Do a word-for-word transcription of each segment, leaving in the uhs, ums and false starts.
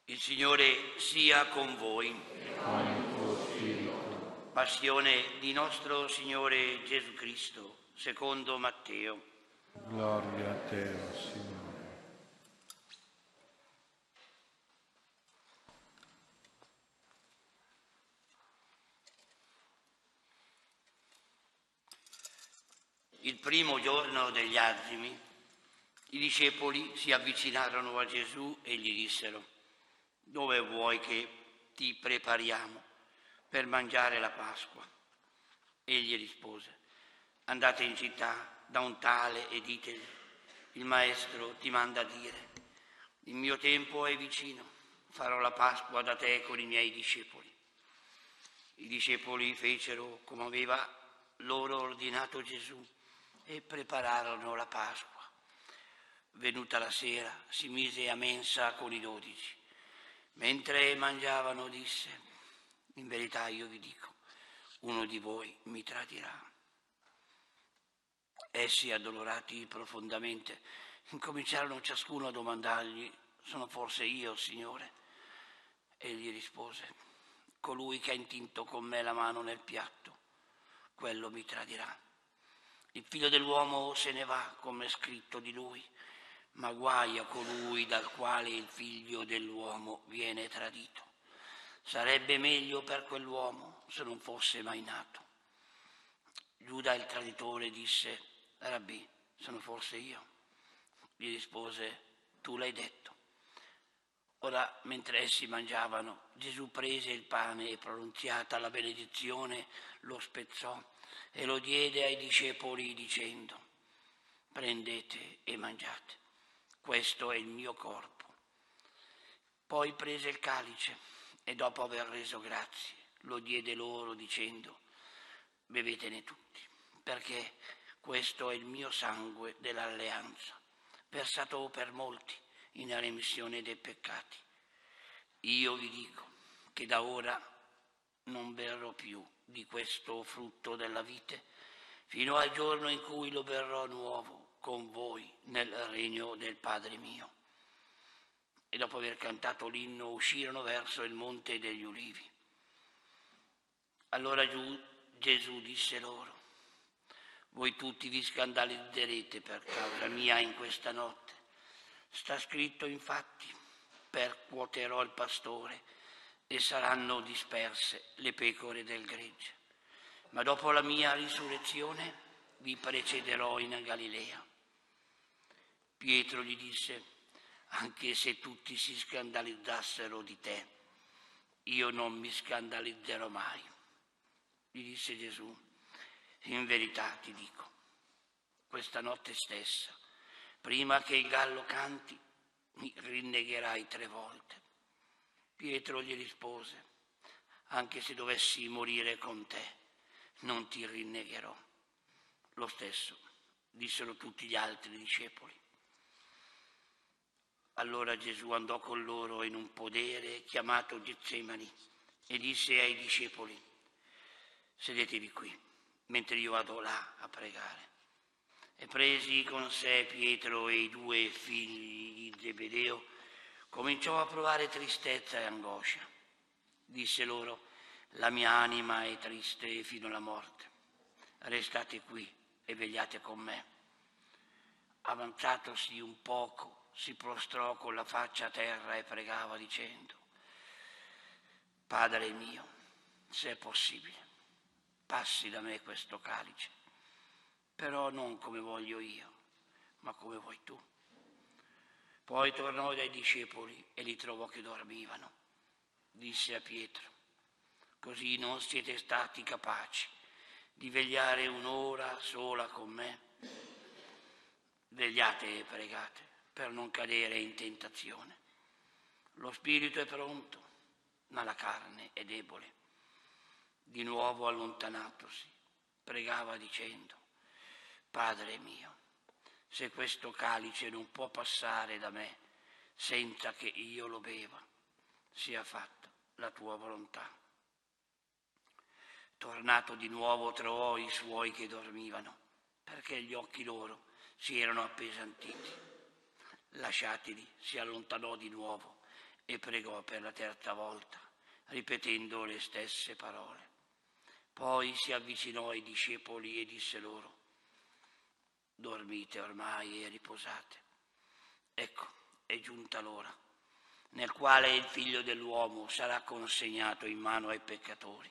Il Signore sia con voi. Con il tuo spirito. Passione di nostro Signore Gesù Cristo, secondo Matteo. Gloria a te, o Signore. Il primo giorno degli Azimi, i discepoli si avvicinarono a Gesù e gli dissero: «Dove vuoi che ti prepariamo per mangiare la Pasqua?» Egli rispose: «Andate in città da un tale e ditegli: il Maestro ti manda a dire: il mio tempo è vicino, farò la Pasqua da te con i miei discepoli». I discepoli fecero come aveva loro ordinato Gesù e prepararono la Pasqua. Venuta la sera, si mise a mensa con i dodici. Mentre mangiavano disse: «In verità io vi dico, uno di voi mi tradirà». Essi, addolorati profondamente, incominciarono ciascuno a domandargli: «Sono forse io, Signore?» Egli rispose: «Colui che ha intinto con me la mano nel piatto, quello mi tradirà. Il figlio dell'uomo se ne va, come è scritto di lui, ma guai a colui dal quale il figlio dell'uomo viene tradito. Sarebbe meglio per quell'uomo se non fosse mai nato». Giuda il traditore disse: «Rabbì, sono forse io?» Gli rispose: «Tu l'hai detto». Ora, mentre essi mangiavano, Gesù prese il pane e, pronunziata la benedizione, lo spezzò e lo diede ai discepoli dicendo: «Prendete e mangiate, questo è il mio corpo». Poi prese il calice e, dopo aver reso grazie, lo diede loro dicendo: «Bevetene tutti, perché questo è il mio sangue dell'alleanza, versato per molti in remissione dei peccati. Io vi dico che da ora non berrò più di questo frutto della vite, fino al giorno in cui lo berrò nuovo con voi nel regno del Padre mio». E dopo aver cantato l'inno uscirono verso il monte degli Ulivi. Allora Gesù disse loro: «Voi tutti vi scandalizzerete per causa mia in questa notte. Sta scritto infatti: percuoterò il pastore e saranno disperse le pecore del gregge. Ma dopo la mia risurrezione vi precederò in Galilea». Pietro gli disse: «Anche se tutti si scandalizzassero di te, io non mi scandalizzerò mai». Gli disse Gesù: «In verità ti dico, questa notte stessa, prima che il gallo canti, mi rinnegherai tre volte». Pietro gli rispose: «Anche se dovessi morire con te, non ti rinnegherò». Lo stesso dissero tutti gli altri discepoli. Allora Gesù andò con loro in un podere chiamato Getsemani e disse ai discepoli: «Sedetevi qui, mentre io vado là a pregare». E presi con sé Pietro e i due figli di Zebedeo, cominciò a provare tristezza e angoscia. Disse loro: «La mia anima è triste fino alla morte. Restate qui e vegliate con me». Avanzatosi un poco, si prostrò con la faccia a terra e pregava dicendo: «Padre mio, se è possibile, passi da me questo calice, però non come voglio io, ma come vuoi tu». Poi tornò dai discepoli e li trovò che dormivano. Disse a Pietro: «Così non siete stati capaci di vegliare un'ora sola con me? Vegliate e pregate per non cadere in tentazione. Lo spirito è pronto, ma la carne è debole». Di nuovo allontanatosi, pregava dicendo: «Padre mio, se questo calice non può passare da me senza che io lo beva, sia fatta la tua volontà». Tornato di nuovo trovò i suoi che dormivano, perché gli occhi loro si erano appesantiti. Lasciatili, si allontanò di nuovo e pregò per la terza volta, ripetendo le stesse parole. Poi si avvicinò ai discepoli e disse loro: dormite ormai e riposate. Ecco, è giunta l'ora nel quale il Figlio dell'uomo sarà consegnato in mano ai peccatori.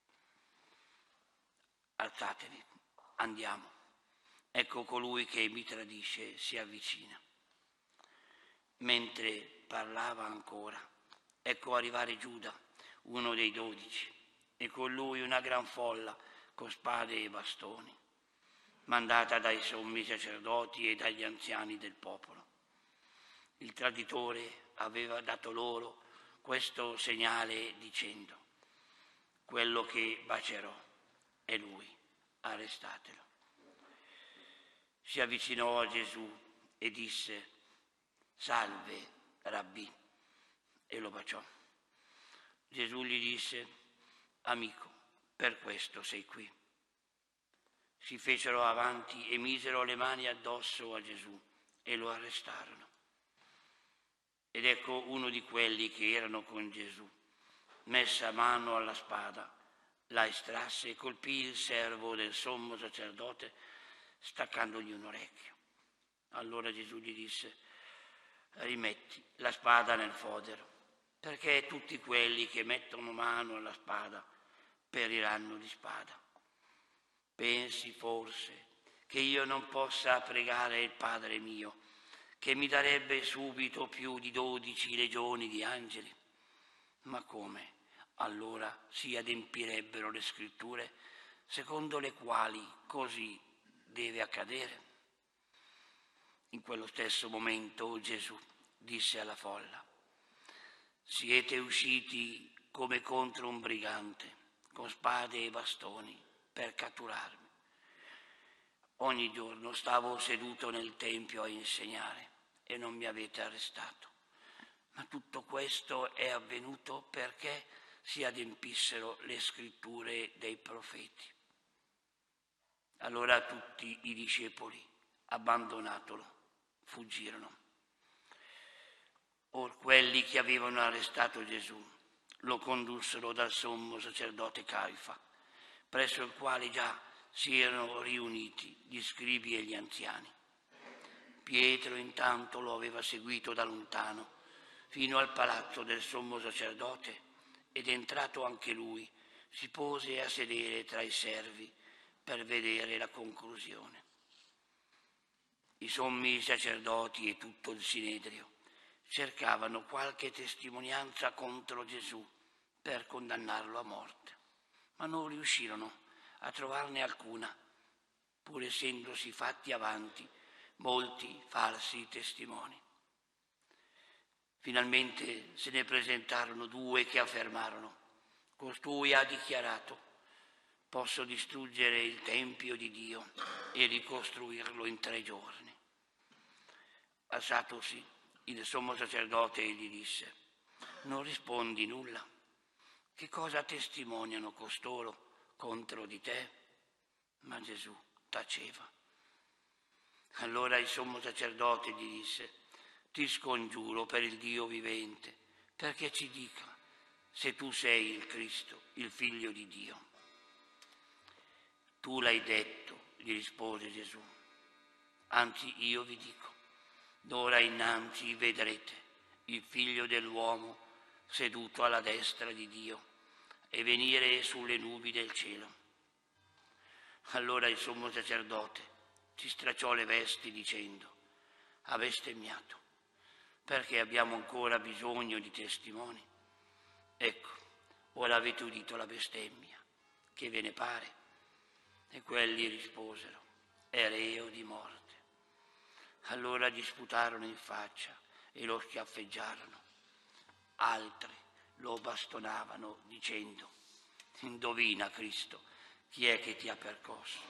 Alzatevi, andiamo. Ecco colui che mi tradisce si avvicina. Mentre parlava ancora, ecco arrivare Giuda, uno dei dodici, e con lui una gran folla con spade e bastoni, mandata dai sommi sacerdoti e dagli anziani del popolo. Il traditore aveva dato loro questo segnale dicendo: quello che bacerò è lui, arrestatelo. Si avvicinò a Gesù e disse: salve, Rabbì, e lo baciò. Gesù gli disse: amico, per questo sei qui. Si fecero avanti e misero le mani addosso a Gesù e lo arrestarono. Ed ecco uno di quelli che erano con Gesù, messa mano alla spada, la estrasse e colpì il servo del sommo sacerdote, staccandogli un orecchio. Allora Gesù gli disse: rimetti la spada nel fodero, perché tutti quelli che mettono mano alla spada periranno di spada. Pensi forse che io non possa pregare il Padre mio, che mi darebbe subito più di dodici legioni di angeli? Ma come allora si adempirebbero le scritture secondo le quali così deve accadere? In quello stesso momento Gesù disse alla folla: siete usciti come contro un brigante, con spade e bastoni, per catturarmi. Ogni giorno stavo seduto nel Tempio a insegnare e non mi avete arrestato. Ma tutto questo è avvenuto perché si adempissero le scritture dei profeti. Allora tutti i discepoli, abbandonatolo, fuggirono. Or quelli che avevano arrestato Gesù lo condussero dal sommo sacerdote Caifa, presso il quale già si erano riuniti gli scribi e gli anziani. Pietro intanto lo aveva seguito da lontano fino al palazzo del sommo sacerdote ed entrato anche lui si pose a sedere tra i servi per vedere la conclusione. I sommi sacerdoti e tutto il Sinedrio cercavano qualche testimonianza contro Gesù per condannarlo a morte, ma non riuscirono a trovarne alcuna, pur essendosi fatti avanti molti falsi testimoni. Finalmente se ne presentarono due che affermarono: costui ha dichiarato: posso distruggere il Tempio di Dio e ricostruirlo in tre giorni. Alzatosi, il sommo sacerdote gli disse: non rispondi nulla? Che cosa testimoniano costoro contro di te? Ma Gesù taceva. Allora il sommo sacerdote gli disse: ti scongiuro per il Dio vivente, perché ci dica se tu sei il Cristo, il Figlio di Dio. Tu l'hai detto, gli rispose Gesù. Anzi, io vi dico, d'ora innanzi vedrete il Figlio dell'uomo seduto alla destra di Dio e venire sulle nubi del cielo. Allora il sommo sacerdote si stracciò le vesti dicendo: ha bestemmiato, perché abbiamo ancora bisogno di testimoni? Ecco, ora avete udito la bestemmia, che ve ne pare? E quelli risposero: è reo di morte. Allora gli sputarono in faccia e lo schiaffeggiarono. Altri lo bastonavano dicendo: indovina, Cristo, chi è che ti ha percosso?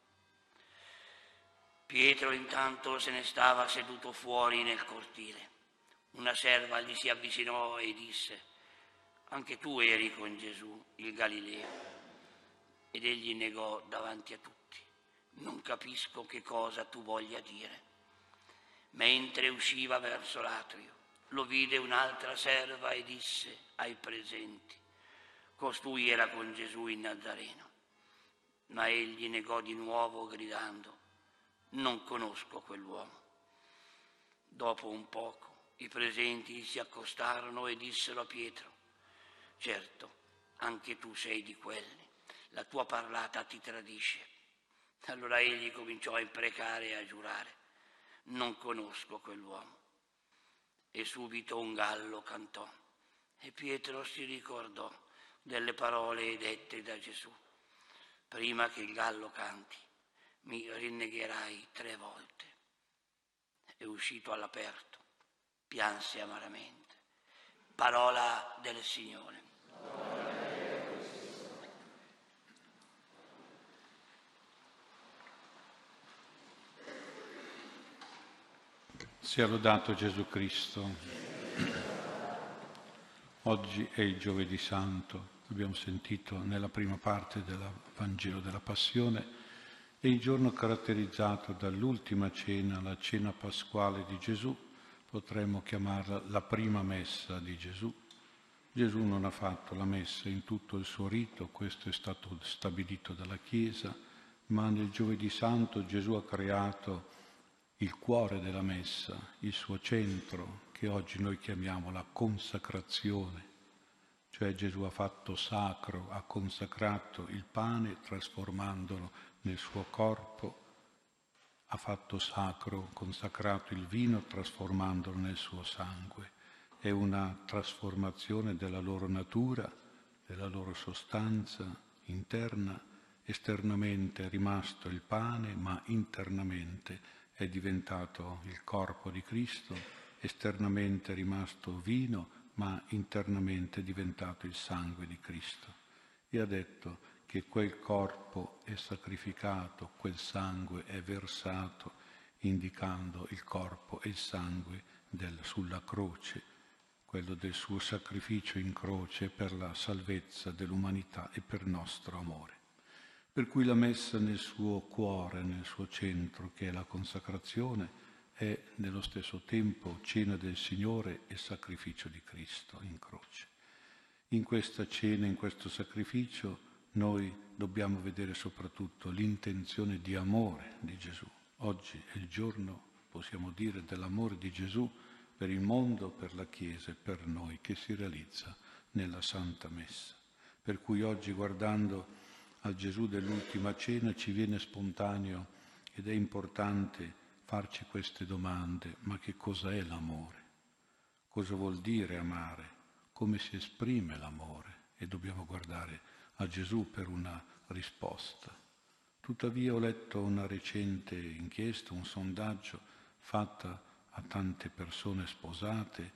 Pietro intanto se ne stava seduto fuori nel cortile. Una serva gli si avvicinò e disse: anche tu eri con Gesù, il Galileo. Ed egli negò davanti a tutti: non capisco che cosa tu voglia dire. Mentre usciva verso l'atrio, lo vide un'altra serva e disse ai presenti: costui era con Gesù in Nazareno. Ma egli negò di nuovo gridando: non conosco quell'uomo. Dopo un poco i presenti si accostarono e dissero a Pietro: certo, anche tu sei di quelli, la tua parlata ti tradisce. Allora egli cominciò a imprecare e a giurare: non conosco quell'uomo. E subito un gallo cantò e Pietro si ricordò delle parole dette da Gesù: prima che il gallo canti, mi rinnegherai tre volte. E uscito all'aperto, pianse amaramente. Parola del Signore. Sia lodato Gesù Cristo. Oggi è il Giovedì Santo, abbiamo sentito nella prima parte del Vangelo della Passione, è il giorno caratterizzato dall'ultima cena, la cena pasquale di Gesù, potremmo chiamarla la prima messa di Gesù. Gesù non ha fatto la messa in tutto il suo rito, questo è stato stabilito dalla Chiesa, ma nel Giovedì Santo Gesù ha creato il cuore della messa, il suo centro, che oggi noi chiamiamo la consacrazione. Cioè Gesù ha fatto sacro, ha consacrato il pane trasformandolo nel suo corpo, ha fatto sacro, consacrato il vino trasformandolo nel suo sangue. È una trasformazione della loro natura, della loro sostanza interna. Esternamente è rimasto il pane, ma internamente è diventato il corpo di Cristo. Esternamente è rimasto vino, ma internamente è diventato il sangue di Cristo. E ha detto che quel corpo è sacrificato, quel sangue è versato, indicando il corpo e il sangue del, sulla croce, quello del suo sacrificio in croce per la salvezza dell'umanità e per nostro amore. Per cui la messa nel suo cuore, nel suo centro, che è la consacrazione, è nello stesso tempo cena del Signore e sacrificio di Cristo in croce. In questa cena, in questo sacrificio, noi dobbiamo vedere soprattutto l'intenzione di amore di Gesù. Oggi è il giorno, possiamo dire, dell'amore di Gesù per il mondo, per la Chiesa e per noi, che si realizza nella Santa Messa. Per cui oggi, guardando al Gesù dell'ultima cena, ci viene spontaneo ed è importante farci queste domande. Ma che cosa è l'amore? Cosa vuol dire amare? Come si esprime l'amore? E dobbiamo guardare a Gesù per una risposta. Tuttavia ho letto una recente inchiesta, un sondaggio fatta a tante persone sposate,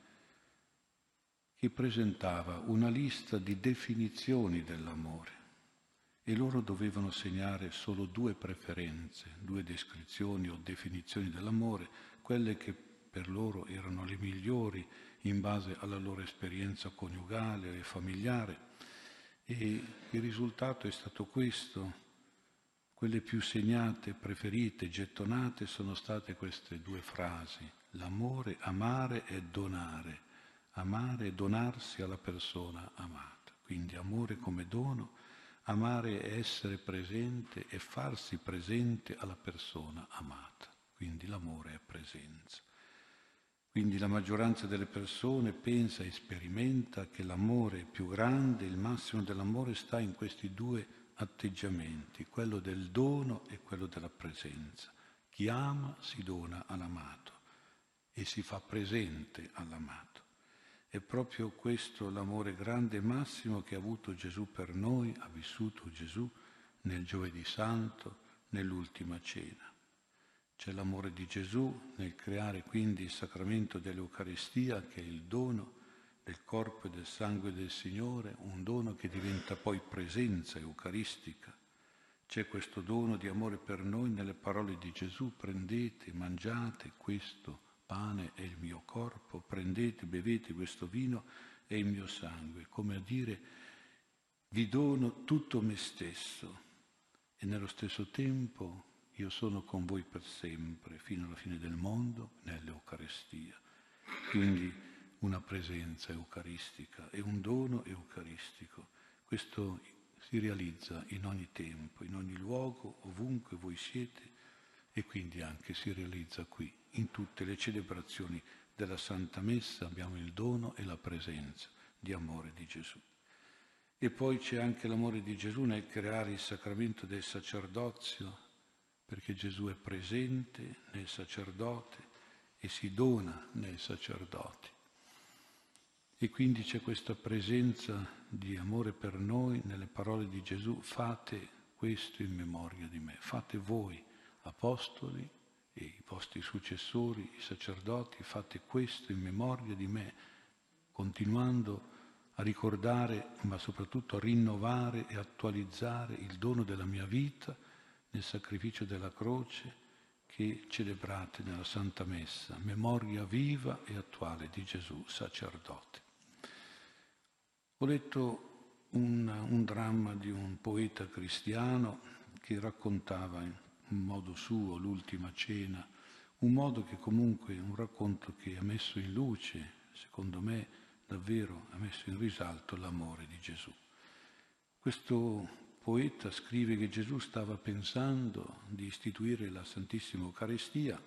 che presentava una lista di definizioni dell'amore e loro dovevano segnare solo due preferenze, due descrizioni o definizioni dell'amore, quelle che per loro erano le migliori in base alla loro esperienza coniugale e familiare. E il risultato è stato questo. Quelle più segnate, preferite, gettonate sono state queste due frasi: l'amore, amare e donare. Amare e donarsi alla persona amata. Quindi amore come dono, amare è essere presente e farsi presente alla persona amata. Quindi l'amore è presenza. Quindi la maggioranza delle persone pensa e sperimenta che l'amore più grande, il massimo dell'amore sta in questi due atteggiamenti, quello del dono e quello della presenza. Chi ama si dona all'amato e si fa presente all'amato. È proprio questo l'amore grande e massimo che ha avuto Gesù per noi, ha vissuto Gesù nel Giovedì Santo, nell'ultima cena. C'è l'amore di Gesù nel creare quindi il sacramento dell'Eucaristia, che è il dono del corpo e del sangue del Signore, un dono che diventa poi presenza eucaristica. C'è questo dono di amore per noi nelle parole di Gesù: prendete, mangiate, questo pane è il mio corpo, prendete, bevete questo vino è il mio sangue, come a dire: vi dono tutto me stesso e nello stesso tempo io sono con voi per sempre, fino alla fine del mondo, nell'Eucaristia. Quindi una presenza eucaristica, è un dono eucaristico. Questo si realizza in ogni tempo, in ogni luogo, ovunque voi siete, e quindi anche si realizza qui. In tutte le celebrazioni della Santa Messa abbiamo il dono e la presenza di amore di Gesù. E poi c'è anche l'amore di Gesù nel creare il sacramento del sacerdozio, perché Gesù è presente nel sacerdote e si dona nel sacerdote. E quindi c'è questa presenza di amore per noi nelle parole di Gesù: fate questo in memoria di me, fate voi, apostoli e i vostri successori, i sacerdoti, fate questo in memoria di me, continuando a ricordare, ma soprattutto a rinnovare e attualizzare il dono della mia vita nel sacrificio della croce che celebrate nella Santa Messa, memoria viva e attuale di Gesù, sacerdote. Ho letto un, un dramma di un poeta cristiano che raccontava in un modo suo l'ultima cena, un modo che comunque, un racconto che ha messo in luce, secondo me, davvero ha messo in risalto l'amore di Gesù. Questo poeta scrive che Gesù stava pensando di istituire la Santissima Eucaristia,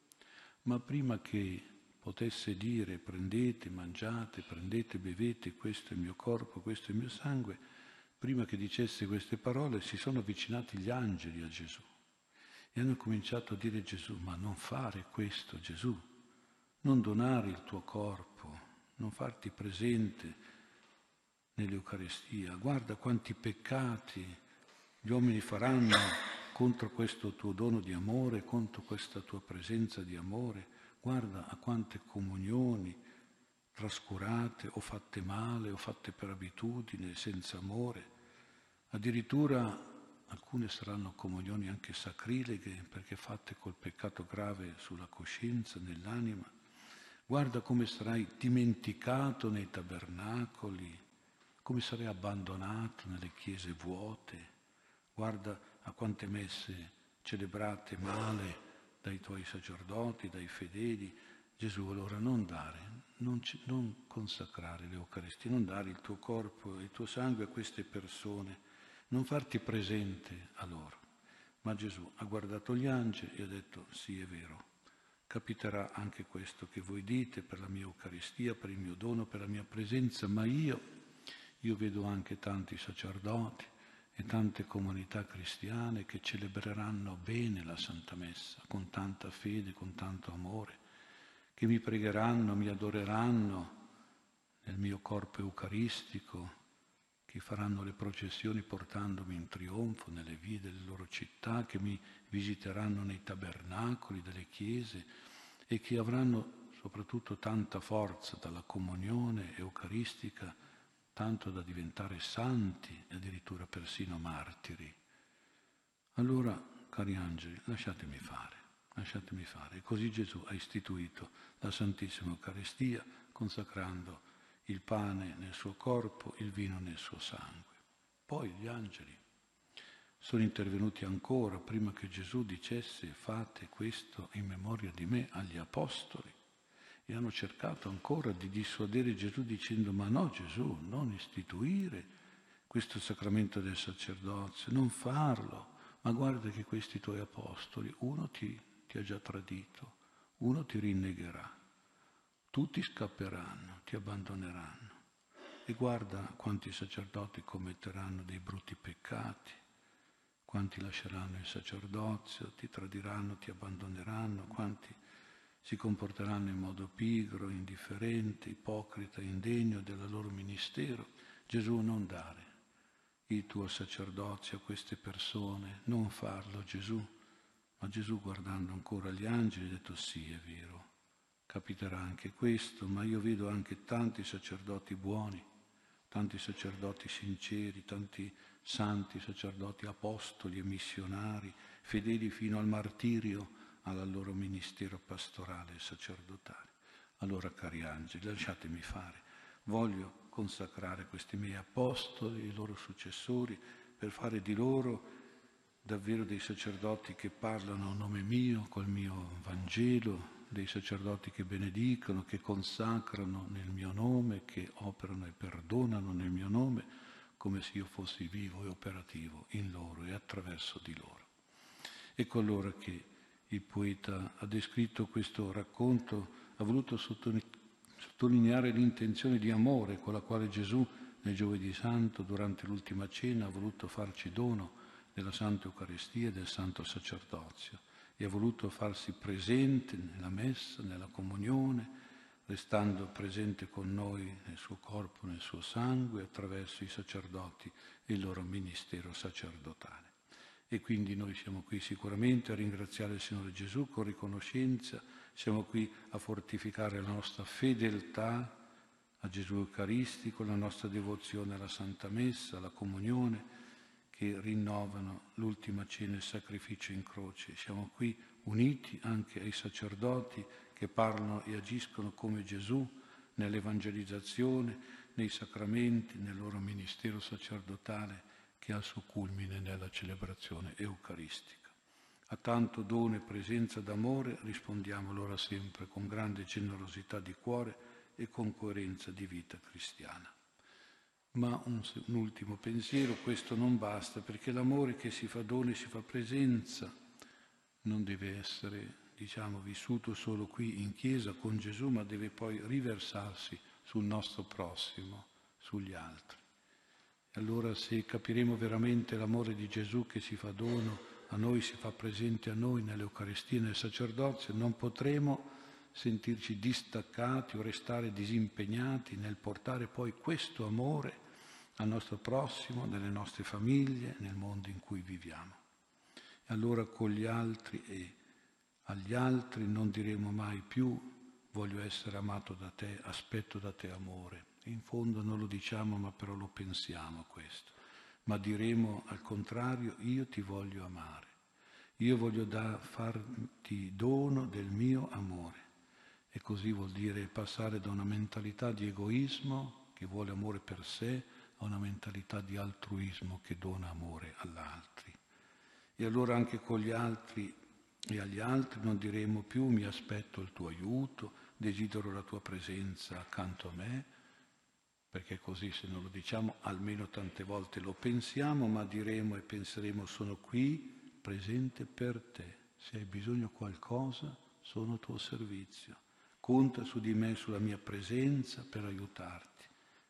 ma prima che potesse dire prendete, mangiate, prendete, bevete, questo è il mio corpo, questo è il mio sangue, prima che dicesse queste parole si sono avvicinati gli angeli a Gesù e hanno cominciato a dire a Gesù: ma non fare questo, Gesù, non donare il tuo corpo, non farti presente nell'Eucaristia, guarda quanti peccati gli uomini faranno contro questo tuo dono di amore, contro questa tua presenza di amore, guarda a quante comunioni trascurate o fatte male o fatte per abitudine, senza amore. Addirittura alcune saranno comunioni anche sacrileghe perché fatte col peccato grave sulla coscienza, nell'anima. Guarda come sarai dimenticato nei tabernacoli, come sarai abbandonato nelle chiese vuote. Guarda a quante messe celebrate male dai tuoi sacerdoti, dai fedeli. Gesù, allora non dare, non, non consacrare l'Eucaristia, non dare il tuo corpo e il tuo sangue a queste persone, non farti presente a loro. Ma Gesù ha guardato gli angeli e ha detto: sì, è vero, capiterà anche questo che voi dite per la mia Eucaristia, per il mio dono, per la mia presenza, ma io, io vedo anche tanti sacerdoti e tante comunità cristiane che celebreranno bene la Santa Messa, con tanta fede, con tanto amore, che mi pregheranno, mi adoreranno nel mio corpo eucaristico, che faranno le processioni portandomi in trionfo nelle vie delle loro città, che mi visiteranno nei tabernacoli delle chiese e che avranno soprattutto tanta forza dalla comunione eucaristica, tanto da diventare santi e addirittura persino martiri. Allora, cari angeli, lasciatemi fare, lasciatemi fare. E così Gesù ha istituito la Santissima Eucaristia, consacrando il pane nel suo corpo, il vino nel suo sangue. Poi gli angeli sono intervenuti ancora prima che Gesù dicesse: fate questo in memoria di me, agli apostoli, e hanno cercato ancora di dissuadere Gesù dicendo: ma no, Gesù, non istituire questo sacramento del sacerdozio, non farlo, ma guarda che questi tuoi apostoli, uno ti, ti ha già tradito, uno ti rinnegherà, tutti scapperanno, ti abbandoneranno. E guarda quanti sacerdoti commetteranno dei brutti peccati, quanti lasceranno il sacerdozio, ti tradiranno, ti abbandoneranno, quanti si comporteranno in modo pigro, indifferente, ipocrita, indegno del loro ministero. Gesù, non dare il tuo sacerdozio a queste persone, non farlo, Gesù. Ma Gesù, guardando ancora gli angeli, ha detto: sì, è vero, capiterà anche questo, ma io vedo anche tanti sacerdoti buoni, tanti sacerdoti sinceri, tanti santi sacerdoti apostoli e missionari, fedeli fino al martirio al loro ministero pastorale e sacerdotale. Allora, cari angeli, lasciatemi fare. Voglio consacrare questi miei apostoli, i loro successori, per fare di loro davvero dei sacerdoti che parlano a nome mio, col mio Vangelo, dei sacerdoti che benedicono, che consacrano nel mio nome, che operano e perdonano nel mio nome, come se io fossi vivo e operativo in loro e attraverso di loro. Ecco allora che il poeta ha descritto questo racconto, ha voluto sottolineare l'intenzione di amore con la quale Gesù nel Giovedì Santo, durante l'ultima cena, ha voluto farci dono della Santa Eucaristia e del Santo Sacerdozio e ha voluto farsi presente nella Messa, nella comunione, restando presente con noi nel suo corpo, nel suo sangue, attraverso i sacerdoti e il loro ministero sacerdotale. E quindi noi siamo qui sicuramente a ringraziare il Signore Gesù con riconoscenza, siamo qui a fortificare la nostra fedeltà a Gesù Eucaristico, la nostra devozione alla Santa Messa, alla comunione, che rinnovano l'ultima cena e il sacrificio in croce. Siamo qui uniti anche ai sacerdoti che parlano e agiscono come Gesù nell'evangelizzazione, nei sacramenti, nel loro ministero sacerdotale che ha il suo culmine nella celebrazione eucaristica. A tanto dono e presenza d'amore rispondiamo allora sempre con grande generosità di cuore e con coerenza di vita cristiana. Ma un, un ultimo pensiero, questo non basta, perché l'amore che si fa dono e si fa presenza non deve essere, diciamo, vissuto solo qui in Chiesa con Gesù, ma deve poi riversarsi sul nostro prossimo, sugli altri. E allora se capiremo veramente l'amore di Gesù che si fa dono a noi, si fa presente a noi nell'Eucaristia e nel sacerdozio, non potremo sentirci distaccati o restare disimpegnati nel portare poi questo amore al nostro prossimo, nelle nostre famiglie, nel mondo in cui viviamo. E allora con gli altri e agli altri non diremo mai più voglio essere amato da te, aspetto da te amore. In fondo non lo diciamo, ma però lo pensiamo questo. Ma diremo al contrario, io ti voglio amare. Io voglio da farti dono del mio amore. E così vuol dire passare da una mentalità di egoismo che vuole amore per sé a una mentalità di altruismo che dona amore agli altri. E allora anche con gli altri e agli altri non diremo più mi aspetto il tuo aiuto, desidero la tua presenza accanto a me, perché così se non lo diciamo almeno tante volte lo pensiamo, ma diremo e penseremo sono qui presente per te, se hai bisogno di qualcosa sono a tuo servizio. Conta su di me, sulla mia presenza per aiutarti,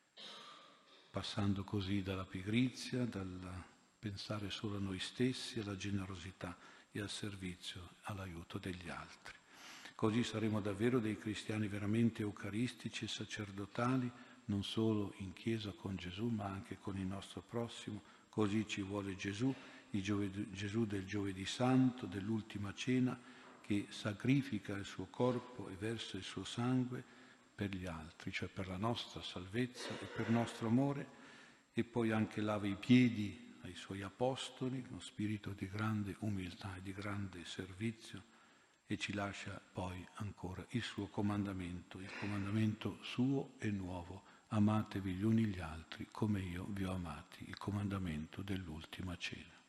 passando così dalla pigrizia, dal pensare solo a noi stessi, alla generosità e al servizio, all'aiuto degli altri. Così saremo davvero dei cristiani veramente eucaristici e sacerdotali, non solo in Chiesa con Gesù, ma anche con il nostro prossimo. Così ci vuole Gesù, il giovedì, Gesù del Giovedì Santo, dell'ultima cena, che sacrifica il suo corpo e versa il suo sangue per gli altri, cioè per la nostra salvezza e per il nostro amore, e poi anche lava i piedi ai suoi apostoli, uno spirito di grande umiltà e di grande servizio, e ci lascia poi ancora il suo comandamento, il comandamento suo e nuovo, amatevi gli uni gli altri come io vi ho amati, il comandamento dell'ultima cena.